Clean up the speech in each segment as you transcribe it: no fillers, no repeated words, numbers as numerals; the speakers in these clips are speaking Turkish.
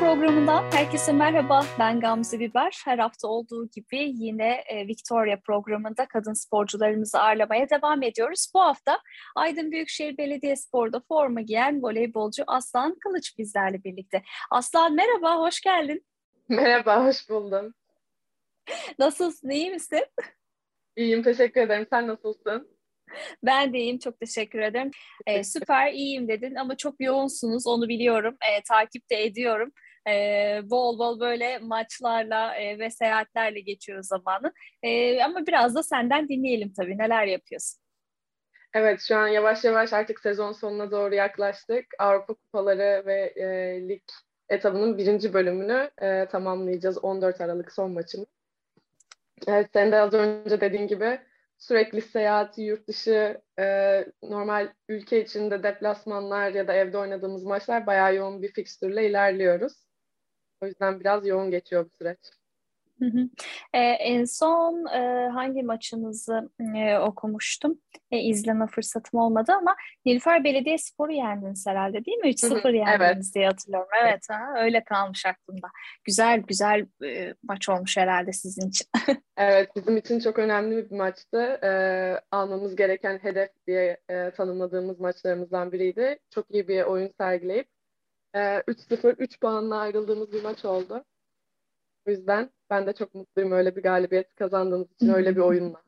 programından herkese merhaba. Ben Gamze Biber. Her hafta olduğu gibi yine Victoria programında kadın sporcularımızı ağırlamaya devam ediyoruz. Bu hafta Aydın Büyükşehir Belediyespor'da forma giyen voleybolcu Aslan Kılıç bizlerle birlikte. Aslan merhaba, hoş geldin. Merhaba, hoş buldum. Nasılsın, iyi misin? İyiyim, teşekkür ederim. Sen nasılsın? Ben de iyiyim, çok teşekkür ederim. Süper, iyiyim dedin ama çok yoğunsunuz, onu biliyorum. Takip de ediyorum. Bol bol böyle maçlarla ve seyahatlerle geçiyor zamanı. Ama biraz da senden dinleyelim tabii, neler yapıyorsun? Evet, şu an yavaş yavaş artık sezon sonuna doğru yaklaştık. Avrupa Kupaları ve lig etabının birinci bölümünü tamamlayacağız. 14 Aralık son maçımız. Evet, sen de az önce dediğin gibi sürekli seyahat, yurt dışı, normal ülke içinde deplasmanlar ya da evde oynadığımız maçlar bayağı yoğun bir fikstürle ilerliyoruz. O yüzden biraz yoğun geçiyor bu süreç. Hı hı. En son hangi maçınızı okumuştum? İzleme fırsatım olmadı ama Nilüfer Belediyespor'u yendiniz herhalde, değil mi? Hı hı, 3-0 evet. yendiniz diye hatırlıyorum. Evet, ha, öyle kalmış aklımda. Güzel güzel maç olmuş herhalde sizin için. Evet, bizim için çok önemli bir maçtı. Almamız gereken hedef diye tanımladığımız maçlarımızdan biriydi. Çok iyi bir oyun sergileyip 3-0, 3 puanla ayrıldığımız bir maç oldu. O yüzden ben de çok mutluyum öyle bir galibiyet kazandığımız için, öyle bir oyunla.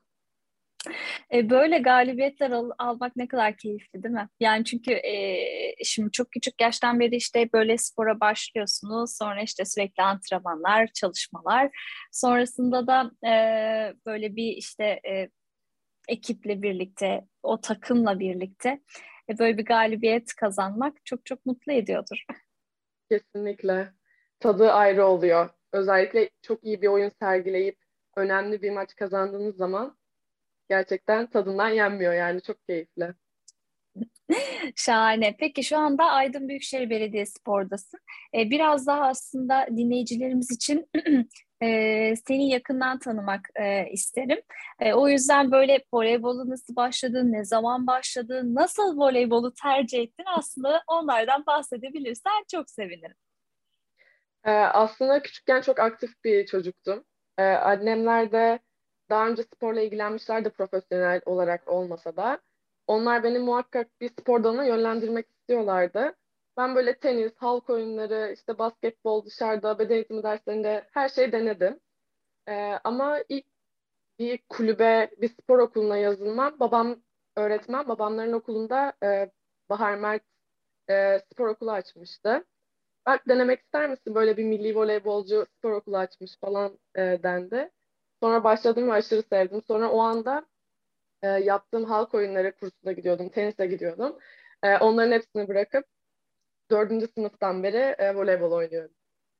Böyle galibiyetler almak ne kadar keyifli, değil mi? Yani çünkü şimdi çok küçük yaştan beri işte böyle spora başlıyorsunuz. Sonra işte sürekli antrenmanlar, çalışmalar. Sonrasında da böyle bir işte ekiple birlikte, o takımla birlikte böyle bir galibiyet kazanmak çok çok mutlu ediyordur. Kesinlikle. Tadı ayrı oluyor. Özellikle çok iyi bir oyun sergileyip önemli bir maç kazandığınız zaman gerçekten tadından yenmiyor, yani çok keyifli. Şahane. Peki şu anda Aydın Büyükşehir Belediyespor'dasın. Biraz daha aslında dinleyicilerimiz için seni yakından tanımak isterim. O yüzden böyle voleybolu nasıl başladın, ne zaman başladın, nasıl voleybolu tercih ettin, aslında onlardan bahsedebilirsen çok sevinirim. Aslında küçükken çok aktif bir çocuktum. Annemler de daha önce sporla ilgilenmişler de profesyonel olarak olmasa da. Onlar beni muhakkak bir spor dalına yönlendirmek istiyorlardı. Ben böyle tenis, halk oyunları, işte basketbol, dışarıda beden eğitimi derslerinde her şeyi denedim. Ama ilk bir kulübe, bir spor okuluna yazılmam. Babam öğretmen, babamların okulunda Bahar Mert spor okulu açmıştı. Bak denemek ister misin? Böyle bir milli voleybolcu spor okulu açmış falan dendi. Sonra başladım ve aşırı sevdim. Sonra o anda yaptığım halk oyunları kursuna gidiyordum, tenise gidiyordum. Onların hepsini bırakıp dördüncü sınıftan beri voleybol oynuyorum.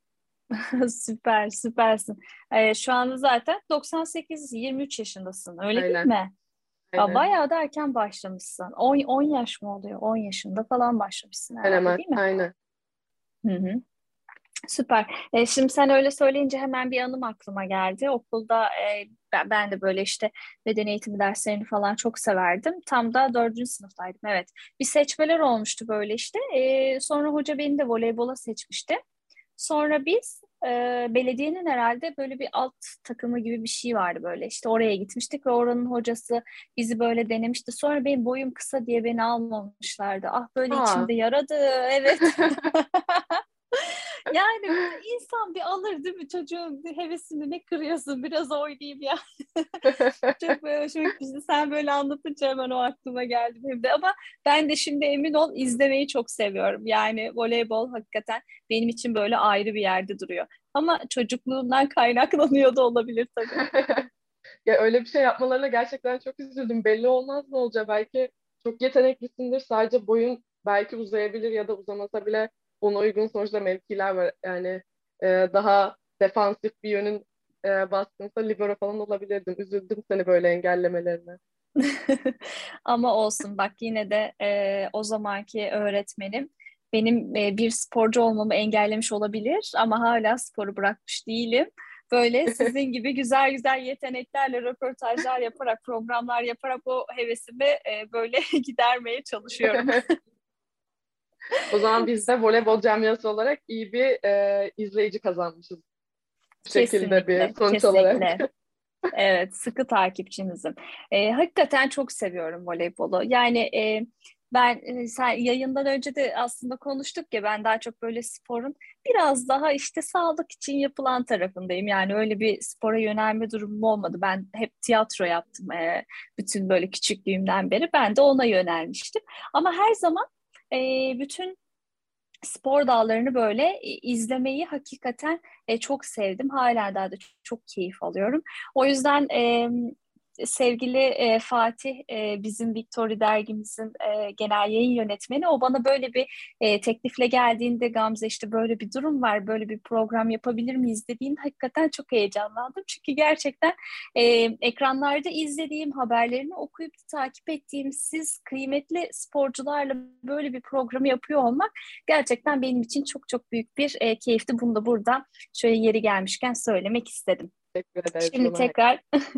Süper, süpersin. Şu anda zaten 98-23 yaşındasın, öyle değil Aynen, mi? aynen. Bayağı da erken başlamışsın. 10 yaş mı oluyor? 10 yaşında falan başlamışsın Hemen herhalde, hemen, değil mi? aynen. Hı hı. Süper. Şimdi sen öyle söyleyince hemen bir anım aklıma geldi. Okulda ben de böyle işte beden eğitimi derslerini falan çok severdim. Tam da dördüncü sınıftaydım, evet. Bir seçmeler olmuştu böyle işte. Sonra hoca beni de voleybola seçmişti. Sonra biz belediyenin herhalde böyle bir alt takımı gibi bir şey vardı böyle. İşte oraya gitmiştik ve oranın hocası bizi böyle denemişti. Sonra benim boyum kısa diye beni almamışlardı. Ah, böyle Aa. içimde yaradı. Evet. Yani insan bir alır değil mi? Çocuğun hevesini ne kırıyorsun? Biraz oynayayım ya. Çok böyle hoşuma gitmişti. Sen böyle anlatınca hemen o aklıma geldi benim de. Ama ben de şimdi emin ol izlemeyi çok seviyorum. Yani voleybol hakikaten benim için böyle ayrı bir yerde duruyor. Ama çocukluğumdan kaynaklanıyor da olabilir tabii. Ya öyle bir şey yapmalarına gerçekten çok üzüldüm. Belli olmaz ne olacak. Belki çok yeteneklisindir. Sadece boyun belki uzayabilir ya da uzamasa bile ona uygun sonuçta mevkiler var. Yani daha defansif bir yönün baskınsa libero falan olabilirdim. Üzüldüm seni böyle engellemelerine. Ama olsun bak, yine de o zamanki öğretmenim benim bir sporcu olmamı engellemiş olabilir ama hala sporu bırakmış değilim. Böyle sizin gibi güzel güzel yeteneklerle röportajlar yaparak, programlar yaparak o hevesimi böyle gidermeye çalışıyorum. O zaman biz de voleybol camiası olarak iyi bir izleyici kazanmışız. Bu şekilde bir Kesinlikle, sonuç olarak. kesinlikle. Evet, sıkı takipçinizim. Hakikaten çok seviyorum voleybolu. Yani ben sen yayından önce de aslında konuştuk ya, ben daha çok böyle sporun biraz daha işte sağlık için yapılan tarafındayım. Yani öyle bir spora yönelme durumum olmadı. Ben hep tiyatro yaptım bütün böyle küçüklüğümden beri. Ben de ona yönelmiştim. Ama her zaman bütün spor dallarını böyle izlemeyi hakikaten çok sevdim. Hala daha da çok keyif alıyorum. O yüzden sevgili Fatih, bizim Victory dergimizin genel yayın yönetmeni, o bana böyle bir teklifle geldiğinde, Gamze işte böyle bir durum var, böyle bir program yapabilir miyiz dediğinde hakikaten çok heyecanlandım. Çünkü gerçekten ekranlarda izlediğim, haberlerini okuyup takip ettiğim siz kıymetli sporcularla böyle bir programı yapıyor olmak gerçekten benim için çok çok büyük bir keyifti. Bunu da burada şöyle yeri gelmişken söylemek istedim. Teşekkür ederiz Şimdi Sunay. tekrar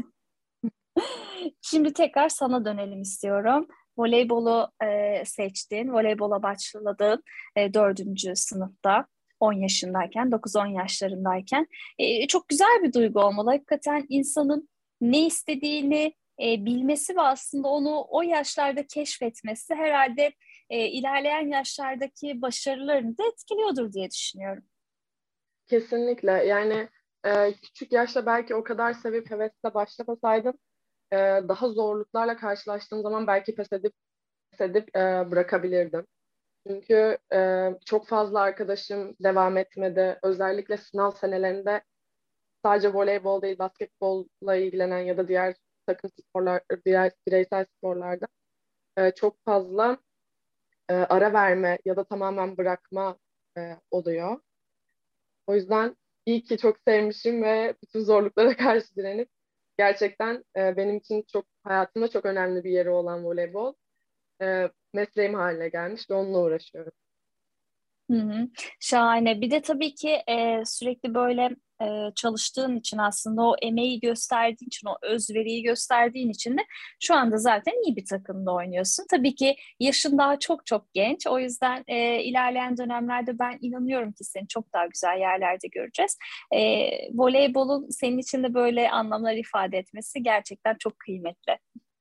şimdi tekrar sana dönelim istiyorum. Voleybolu seçtin, voleybola başladın 4. sınıfta. 10 yaşındayken, 9-10 yaşlarındayken. Çok güzel bir duygu olmalı. Hakikaten insanın ne istediğini bilmesi ve aslında onu o yaşlarda keşfetmesi herhalde ilerleyen yaşlardaki başarılarını da etkiliyordur diye düşünüyorum. Kesinlikle. Yani küçük yaşta belki o kadar sevip hevesle başlamasaydım daha zorluklarla karşılaştığım zaman belki pes edip bırakabilirdim. Çünkü çok fazla arkadaşım devam etmedi. Özellikle sınav senelerinde sadece voleybol değil, basketbolla ilgilenen ya da diğer takım sporlar, diğer bireysel sporlarda çok fazla ara verme ya da tamamen bırakma oluyor. O yüzden iyi ki çok sevmişim ve bütün zorluklara karşı direnip gerçekten benim için çok hayatımda çok önemli bir yeri olan voleybol mesleğim haline gelmiş ve onunla uğraşıyorum. Hı hı. Şahane. Bir de tabii ki sürekli böyle çalıştığın için, aslında o emeği gösterdiğin için, o özveriyi gösterdiğin için de şu anda zaten iyi bir takımda oynuyorsun. Tabii ki yaşın daha çok çok genç. O yüzden ilerleyen dönemlerde ben inanıyorum ki seni çok daha güzel yerlerde göreceğiz. Voleybolun senin için de böyle anlamlar ifade etmesi gerçekten çok kıymetli.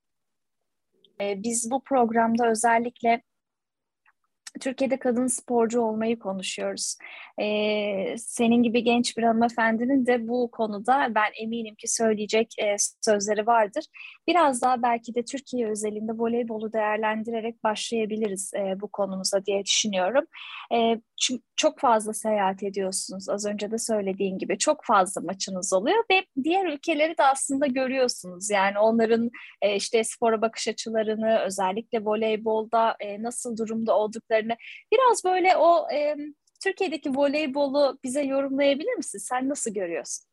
Biz bu programda özellikle Türkiye'de kadın sporcu olmayı konuşuyoruz. Senin gibi genç bir hanımefendinin de bu konuda ben eminim ki söyleyecek sözleri vardır. Biraz daha belki de Türkiye özelinde voleybolu değerlendirerek başlayabiliriz bu konumuza diye düşünüyorum. Çünkü çok fazla seyahat ediyorsunuz. Az önce de söylediğin gibi çok fazla maçınız oluyor ve diğer ülkeleri de aslında görüyorsunuz. Yani onların işte spora bakış açılarını, özellikle voleybolda nasıl durumda olduklarını, biraz böyle o Türkiye'deki voleybolu bize yorumlayabilir misin? Sen nasıl görüyorsun?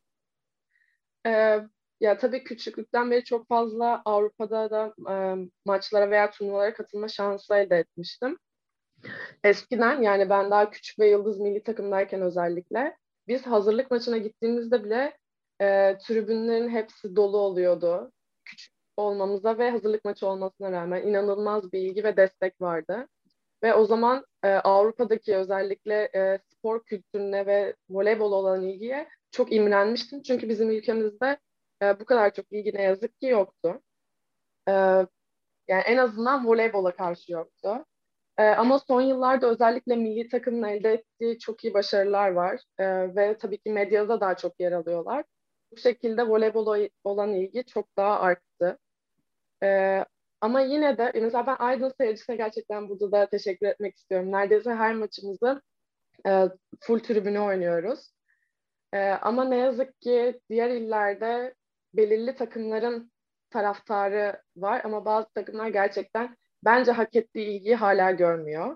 E, Ya tabii küçüklükten beri çok fazla Avrupa'da da maçlara veya turnuvalara katılma şansı elde etmiştim. Eskiden yani ben daha küçük ve Yıldız milli takımdayken özellikle biz hazırlık maçına gittiğimizde bile tribünlerin hepsi dolu oluyordu. Küçük olmamıza ve hazırlık maçı olmasına rağmen inanılmaz bir ilgi ve destek vardı. Ve o zaman Avrupa'daki özellikle spor kültürüne ve voleybol olan ilgiye çok imrenmiştim. Çünkü bizim ülkemizde bu kadar çok ilgi ne yazık ki yoktu. E, Yani en azından voleybola karşı yoktu. Ama son yıllarda özellikle milli takımın elde ettiği çok iyi başarılar var. Ve tabii ki medyada daha çok yer alıyorlar. Bu şekilde voleybola olan ilgi çok daha arttı. Ee, Ama yine de mesela ben Aydın seyircisine gerçekten burada da teşekkür etmek istiyorum. Neredeyse her maçımızı full tribüne oynuyoruz. Ama ne yazık ki diğer illerde belirli takımların taraftarı var ama bazı takımlar gerçekten bence hak ettiği ilgiyi hala görmüyor.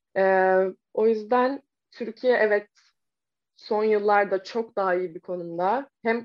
O yüzden Türkiye evet son yıllarda çok daha iyi bir konumda. Hem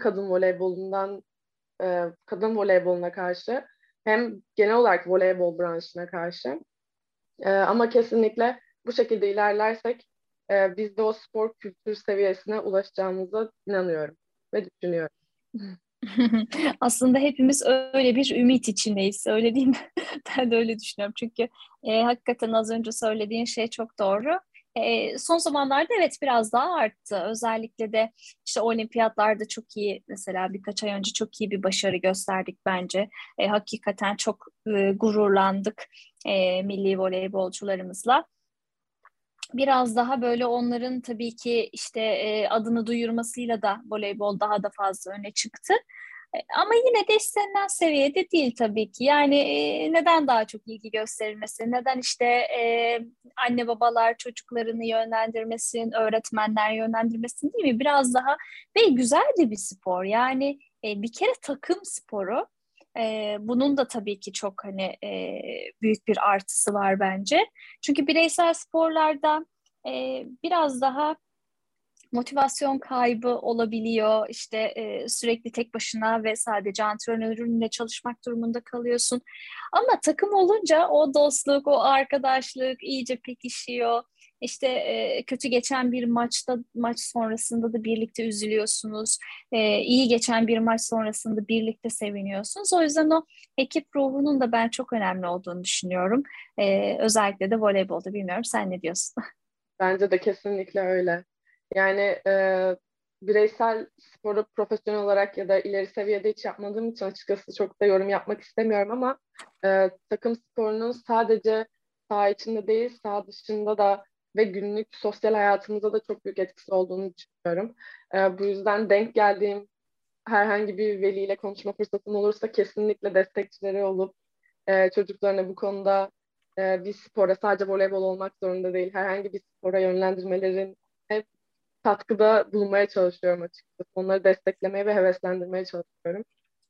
kadın voleyboluna karşı hem genel olarak voleybol branşına karşı. Ama kesinlikle bu şekilde ilerlersek biz de o spor kültür seviyesine ulaşacağımıza inanıyorum ve düşünüyorum. Aslında hepimiz öyle bir ümit içindeyiz, öyle değil mi? Ben de öyle düşünüyorum. Çünkü hakikaten az önce söylediğin şey çok doğru. Son zamanlarda evet biraz daha arttı. Özellikle de işte olimpiyatlarda çok iyi, mesela birkaç ay önce çok iyi bir başarı gösterdik bence. Hakikaten çok gururlandık milli voleybolcularımızla. Biraz daha böyle onların tabii ki işte adını duyurmasıyla da voleybol daha da fazla öne çıktı. Ama yine de istenilen seviyede değil tabii ki. Yani neden daha çok ilgi gösterilmesi, neden işte anne babalar çocuklarını yönlendirmesin, öğretmenler yönlendirmesin, değil mi? Biraz daha ve güzel de bir spor. Yani bir kere takım sporu. Bunun da tabii ki çok hani büyük bir artısı var bence. Çünkü bireysel sporlarda biraz daha motivasyon kaybı olabiliyor. İşte sürekli tek başına ve sadece antrenörünle çalışmak durumunda kalıyorsun. Ama takım olunca o dostluk, o arkadaşlık iyice pekişiyor. İşte kötü geçen bir maç sonrasında da birlikte üzülüyorsunuz. İyi geçen bir maç sonrasında birlikte seviniyorsunuz. O yüzden o ekip ruhunun da ben çok önemli olduğunu düşünüyorum. Özellikle de voleybolda, bilmiyorum sen ne diyorsun? Bence de kesinlikle öyle. Yani bireysel sporu profesyonel olarak ya da ileri seviyede hiç yapmadığım için açıkçası çok da yorum yapmak istemiyorum ama takım sporunun sadece saha içinde değil, saha dışında da ve günlük sosyal hayatımızda da çok büyük etkisi olduğunu düşünüyorum. Bu yüzden denk geldiğim herhangi bir veliyle konuşma fırsatım olursa kesinlikle destekçileri olup çocuklarına bu konuda bir spora, sadece voleybol olmak zorunda değil, herhangi bir spora yönlendirmelerin hep katkıda bulunmaya çalışıyorum açıkçası. Onları desteklemeye ve heveslendirmeye çalışıyorum.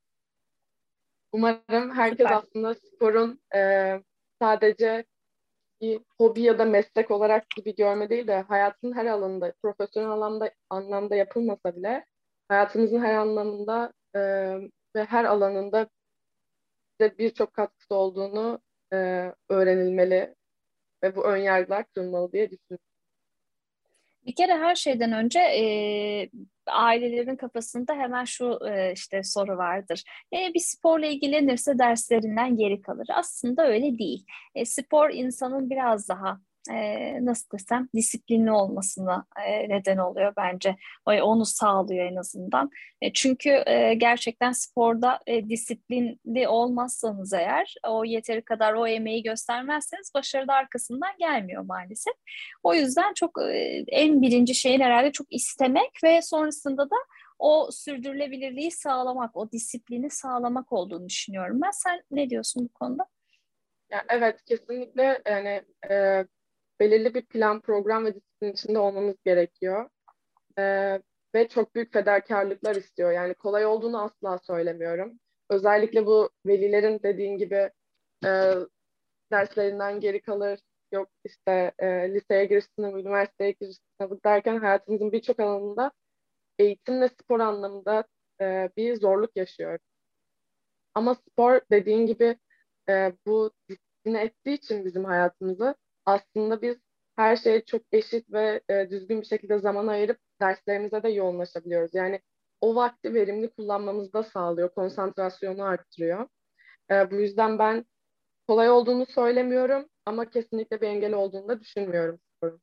Umarım herkes Süper. aslında sporun sadece bir hobi ya da meslek olarak gibi görme değil de hayatın her alanında, profesyonel anlamda yapılmasa bile hayatımızın her anlamında ve her alanında bize birçok katkısı olduğunu öğrenilmeli ve bu ön yargılar kırılmalı diye düşünüyorum. Bir kere her şeyden önce ailelerin kafasında hemen şu işte soru vardır. Bir sporla ilgilenirse derslerinden geri kalır. Aslında öyle değil. Spor insanın biraz daha nasıl desem disiplinli olmasına neden oluyor bence. Onu sağlıyor en azından. Çünkü gerçekten sporda disiplinli olmazsanız eğer, o yeteri kadar o emeği göstermezseniz başarı da arkasından gelmiyor maalesef. O yüzden çok en birinci şeyin herhalde çok istemek ve sonrasında da o sürdürülebilirliği sağlamak, o disiplini sağlamak olduğunu düşünüyorum ben. Sen ne diyorsun bu konuda? Yani evet, kesinlikle yani belirli bir plan, program ve disiplin içinde olmamız gerekiyor. E, Ve çok büyük fedakarlıklar istiyor. Yani kolay olduğunu asla söylemiyorum. Özellikle bu velilerin dediğin gibi e, derslerinden geri kalır. Yok işte liseye giriş sınavı, üniversiteye giriş sınavı derken hayatımızın birçok alanında eğitim ve spor anlamında bir zorluk yaşıyor. Ama spor dediğin gibi bu disipline ettiği için bizim hayatımızı aslında biz her şeye çok eşit ve düzgün bir şekilde zaman ayırıp derslerimize de yoğunlaşabiliyoruz. Yani o vakti verimli kullanmamızı da sağlıyor, konsantrasyonu arttırıyor. Bu yüzden ben kolay olduğunu söylemiyorum ama kesinlikle bir engel olduğunu da düşünmüyorum sporun.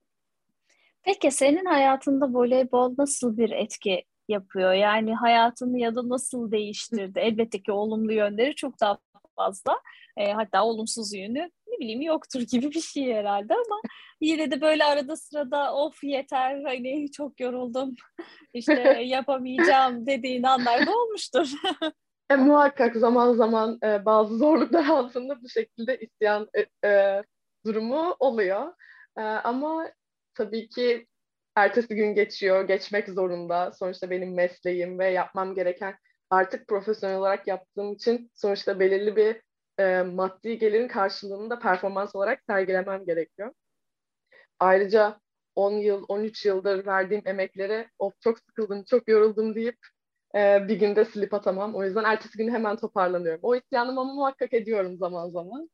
Peki senin hayatında voleybol nasıl bir etki yapıyor? Yani hayatını ya da nasıl değiştirdi? Elbette ki olumlu yönleri çok daha fazla. Hatta olumsuz yönü ne bileyim yoktur gibi bir şey herhalde, ama yine de böyle arada sırada of yeter hani çok yoruldum işte yapamayacağım dediğin anlar da olmuştur. Muhakkak zaman zaman bazı zorluklar altında bu şekilde isyan durumu oluyor. Ama tabii ki ertesi gün geçiyor, geçmek zorunda. Sonuçta benim mesleğim ve yapmam gereken, artık profesyonel olarak yaptığım için sonuçta belirli bir maddi gelirin karşılığını da performans olarak sergilemem gerekiyor. Ayrıca 10 yıl, 13 yıldır verdiğim emeklere of çok sıkıldım, çok yoruldum deyip bir günde silip atamam. O yüzden ertesi gün hemen toparlanıyorum. O isyanımı muhakkak ediyorum zaman zaman.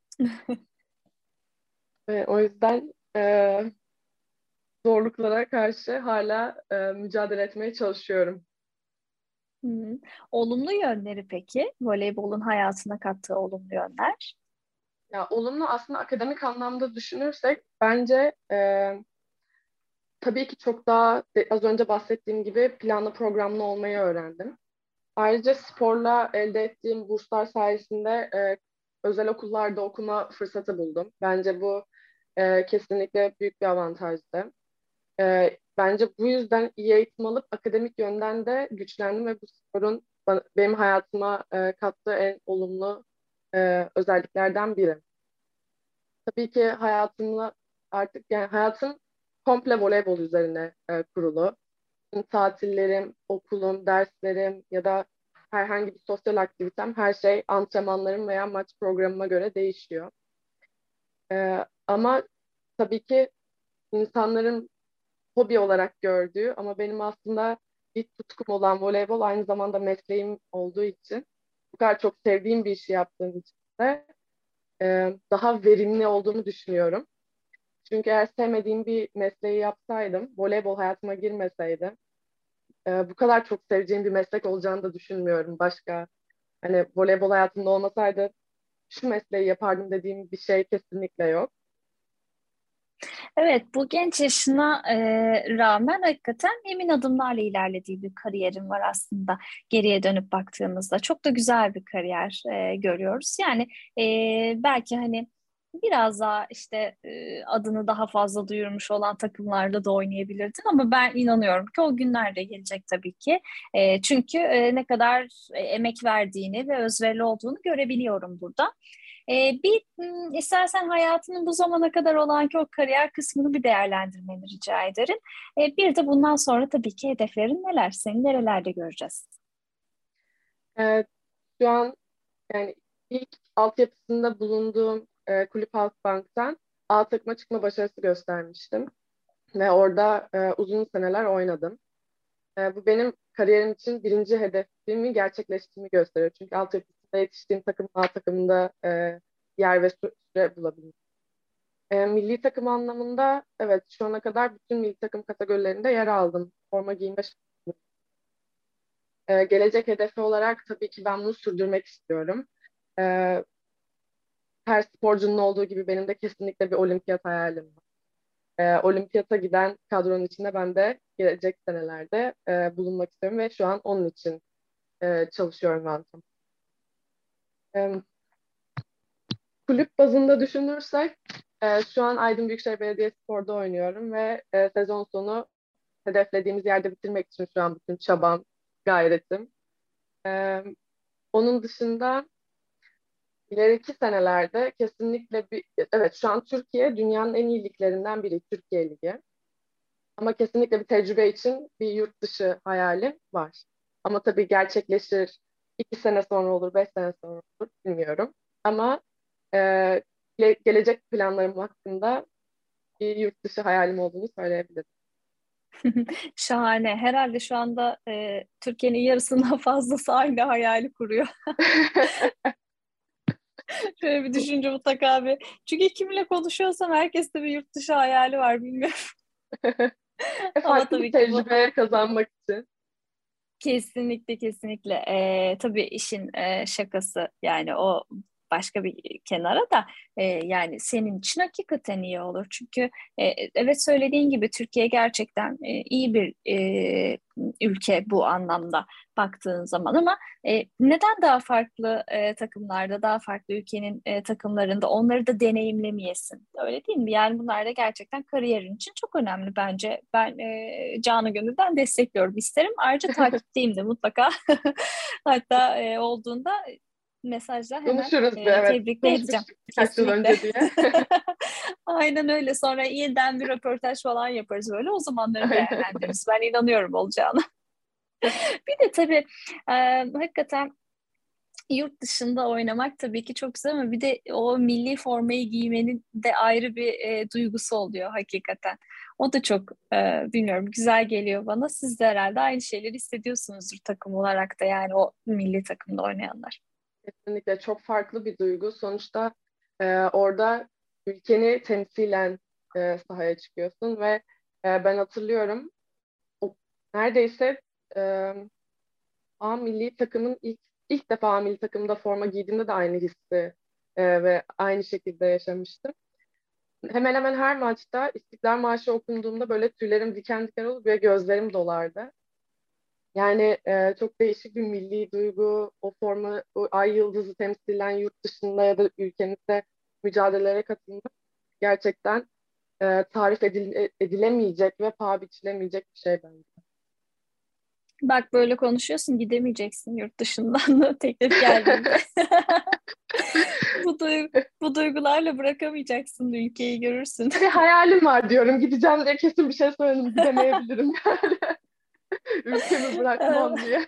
O yüzden zorluklara karşı hala mücadele etmeye çalışıyorum. Hı. Olumlu yönleri peki? Voleybolun hayatına kattığı olumlu yönler. Ya olumlu aslında akademik anlamda düşünürsek bence tabii ki çok daha az önce bahsettiğim gibi planlı programlı olmayı öğrendim. Ayrıca sporla elde ettiğim burslar sayesinde özel okullarda okuma fırsatı buldum. Bence bu kesinlikle büyük bir avantajdı. Bence bu yüzden iyi eğitim alıp akademik yönden de güçlendim ve bu sporun benim hayatıma kattığı en olumlu özelliklerden biri. Tabii ki hayatımla artık yani hayatım komple voleybol üzerine kurulu. Tatillerim, okulum, derslerim ya da herhangi bir sosyal aktivitem her şey antrenmanlarım veya maç programıma göre değişiyor. Ama tabii ki insanların hobi olarak gördüğü ama benim aslında bir tutkum olan voleybol aynı zamanda mesleğim olduğu için bu kadar çok sevdiğim bir işi yaptığım için de daha verimli olduğumu düşünüyorum. Çünkü eğer sevmediğim bir mesleği yapsaydım, voleybol hayatıma girmeseydi, bu kadar çok seveceğim bir meslek olacağını da düşünmüyorum. Başka hani voleybol hayatımda olmasaydı şu mesleği yapardım dediğim bir şey kesinlikle yok. Evet, bu genç yaşına rağmen hakikaten emin adımlarla ilerlediği bir kariyerin var aslında. Geriye dönüp baktığımızda çok da güzel bir kariyer görüyoruz. Yani belki hani biraz daha işte adını daha fazla duyurmuş olan takımlarda da oynayabilirdin ama ben inanıyorum ki o günler de gelecek tabii ki. Çünkü ne kadar emek verdiğini ve özverili olduğunu görebiliyorum burada. İstersen hayatının bu zamana kadar olan ki o kariyer kısmını bir değerlendirmeni rica ederim. Bir de bundan sonra tabii ki hedeflerin neler? Seni nerelerde göreceğiz? E, Şu an yani ilk altyapısında bulunduğum kulüp Halkbank'tan A takıma çıkma başarısı göstermiştim. Ve orada uzun seneler oynadım. Bu benim kariyerim için birinci hedefimi gerçekleştiğimi gösteriyor. Çünkü altyapısında yetiştiğim takım A takımında yer ve süre bulabildim. Milli takım anlamında evet şu ana kadar bütün milli takım kategorilerinde yer aldım. Forma giyme şansım. Gelecek hedefi olarak tabii ki ben bunu sürdürmek istiyorum. E, Her sporcunun olduğu gibi benim de kesinlikle bir olimpiyat hayalim var. Olimpiyata giden kadronun içinde ben de gelecek senelerde bulunmak istiyorum ve şu an onun için çalışıyorum ben. E, Kulüp bazında düşünürsek şu an Aydın Büyükşehir Belediyespor'da oynuyorum ve sezon sonu hedeflediğimiz yerde bitirmek için şu an bütün çabam, gayretim. E, Onun dışında ileriki senelerde kesinlikle evet şu an Türkiye dünyanın en iyi liglerinden biri Türkiye Ligi. Ama kesinlikle bir tecrübe için bir yurt dışı hayalim var. Ama tabii gerçekleşir 2 sene sonra olur, 5 sene sonra olur bilmiyorum. Ama e, gelecek planlarım hakkında bir yurt dışı hayalim olduğunu söyleyebilirim. Şahane. Herhalde şu anda Türkiye'nin yarısından fazlası aynı hayali kuruyor. Şöyle bir düşünce mutlaka bir. Çünkü kiminle konuşuyorsam herkeste bir yurt dışı hayali var bilmiyorum. Ama Farklı bir tabii ki bu tecrübe kazanmak için. kesinlikle kesinlikle. Tabii işin şakası yani o başka bir kenara da yani senin için hakikaten iyi olur. Çünkü evet söylediğin gibi Türkiye gerçekten iyi bir ülke bu anlamda baktığın zaman ama neden daha farklı takımlarda, daha farklı ülkenin takımlarında onları da deneyimlemeyesin? Öyle değil mi? Yani bunlar da gerçekten kariyerin için çok önemli bence. Ben canı gönülden destekliyorum isterim. Ayrıca takipteyim de mutlaka. Hatta olduğunda mesajla hemen Konuşuruz bir evet. tebrik de edeceğim. Konuşmuştuk birkaç yıl Kesinlikle. önce diye. Aynen öyle. Sonra yeniden bir röportaj falan yaparız böyle. O zamanları Aynen. değerlendiririz. Ben inanıyorum olacağına. Bir de tabii hakikaten yurt dışında oynamak tabii ki çok güzel ama bir de o milli formayı giymenin de ayrı bir duygusu oluyor hakikaten. O da çok bilmiyorum güzel geliyor bana. Siz de herhalde aynı şeyleri hissediyorsunuzdur takım olarak da yani o milli takımda oynayanlar. Kesinlikle çok farklı bir duygu. Sonuçta orada ülkeni temsilen sahaya çıkıyorsun ve ben hatırlıyorum o, neredeyse e, A milli takımın ilk defa A milli takımda forma giydiğimde de aynı hissi ve aynı şekilde yaşamıştım. Hemen hemen her maçta İstiklal Marşı okunduğumda böyle tüylerim diken diken olur ve gözlerim dolardı. Yani çok değişik bir milli duygu, o forma, o ay yıldızı temsilen yurt dışında ya da ülkemizde mücadelelere katılmak gerçekten edilemeyecek ve paha biçilemeyecek bir şey bence. Bak böyle konuşuyorsun, gidemeyeceksin yurt dışından da teklif geldiğinde. Bu, bu duygularla bırakamayacaksın ülkeyi, görürsün. Bir hayalim var diyorum. Gideceğim diye kesin bir şey söyledim. Gidemeyebilirim yani. Ülkemi bırakmam diye.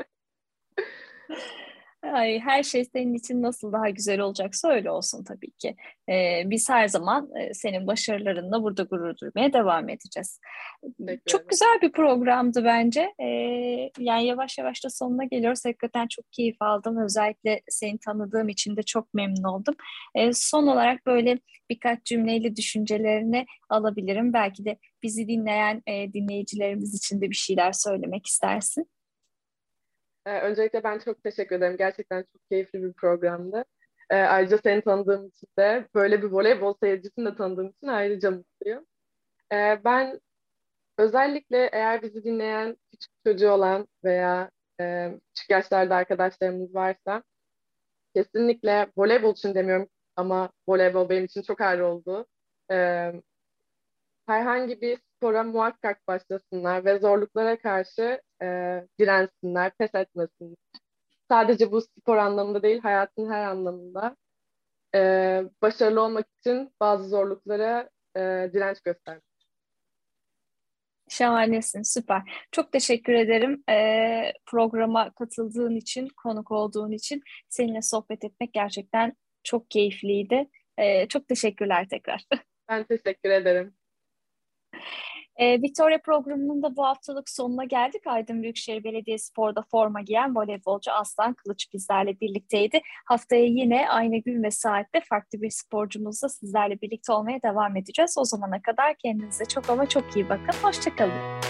Ay, her şey senin için nasıl daha güzel olacaksa öyle olsun tabii ki. Biz her zaman senin başarılarınla burada gurur duymaya devam edeceğiz. Teşekkür Çok ederim. güzel bir programdı bence. Yani yavaş yavaş da sonuna geliyoruz. Hakikaten çok keyif aldım. Özellikle seni tanıdığım için de çok memnun oldum. Son olarak böyle birkaç cümleyle düşüncelerini alabilirim. Belki de bizi dinleyen dinleyicilerimiz için de bir şeyler söylemek istersin. Öncelikle ben çok teşekkür ederim. Gerçekten çok keyifli bir programdı. Ayrıca seni tanıdığım için de böyle bir voleybol seyircisini de tanıdığım için ayrıca mutluyum. Ben özellikle eğer bizi dinleyen küçük çocuğu olan veya küçük yaşlarda arkadaşlarımız varsa kesinlikle voleybol için demiyorum ama voleybol benim için çok ayrı oldu. Ee, Herhangi bir spora muhakkak başlasınlar ve zorluklara karşı dirensinler, pes etmesinler. Sadece bu spor anlamında değil, hayatın her anlamında. Başarılı olmak için bazı zorluklara direnç göster. Şahanesin, süper. Çok teşekkür ederim programa katıldığın için, konuk olduğun için. Seninle sohbet etmek gerçekten çok keyifliydi. Çok teşekkürler tekrar. Ben teşekkür ederim. Victoria programının da bu haftalık sonuna geldik. Aydın Büyükşehir Belediyespor'da forma giyen voleybolcu Aslan Kılıç bizlerle birlikteydi. Haftaya yine aynı gün ve saatte farklı bir sporcumuzla sizlerle birlikte olmaya devam edeceğiz. O zamana kadar kendinize çok ama çok iyi bakın. Hoşça kalın.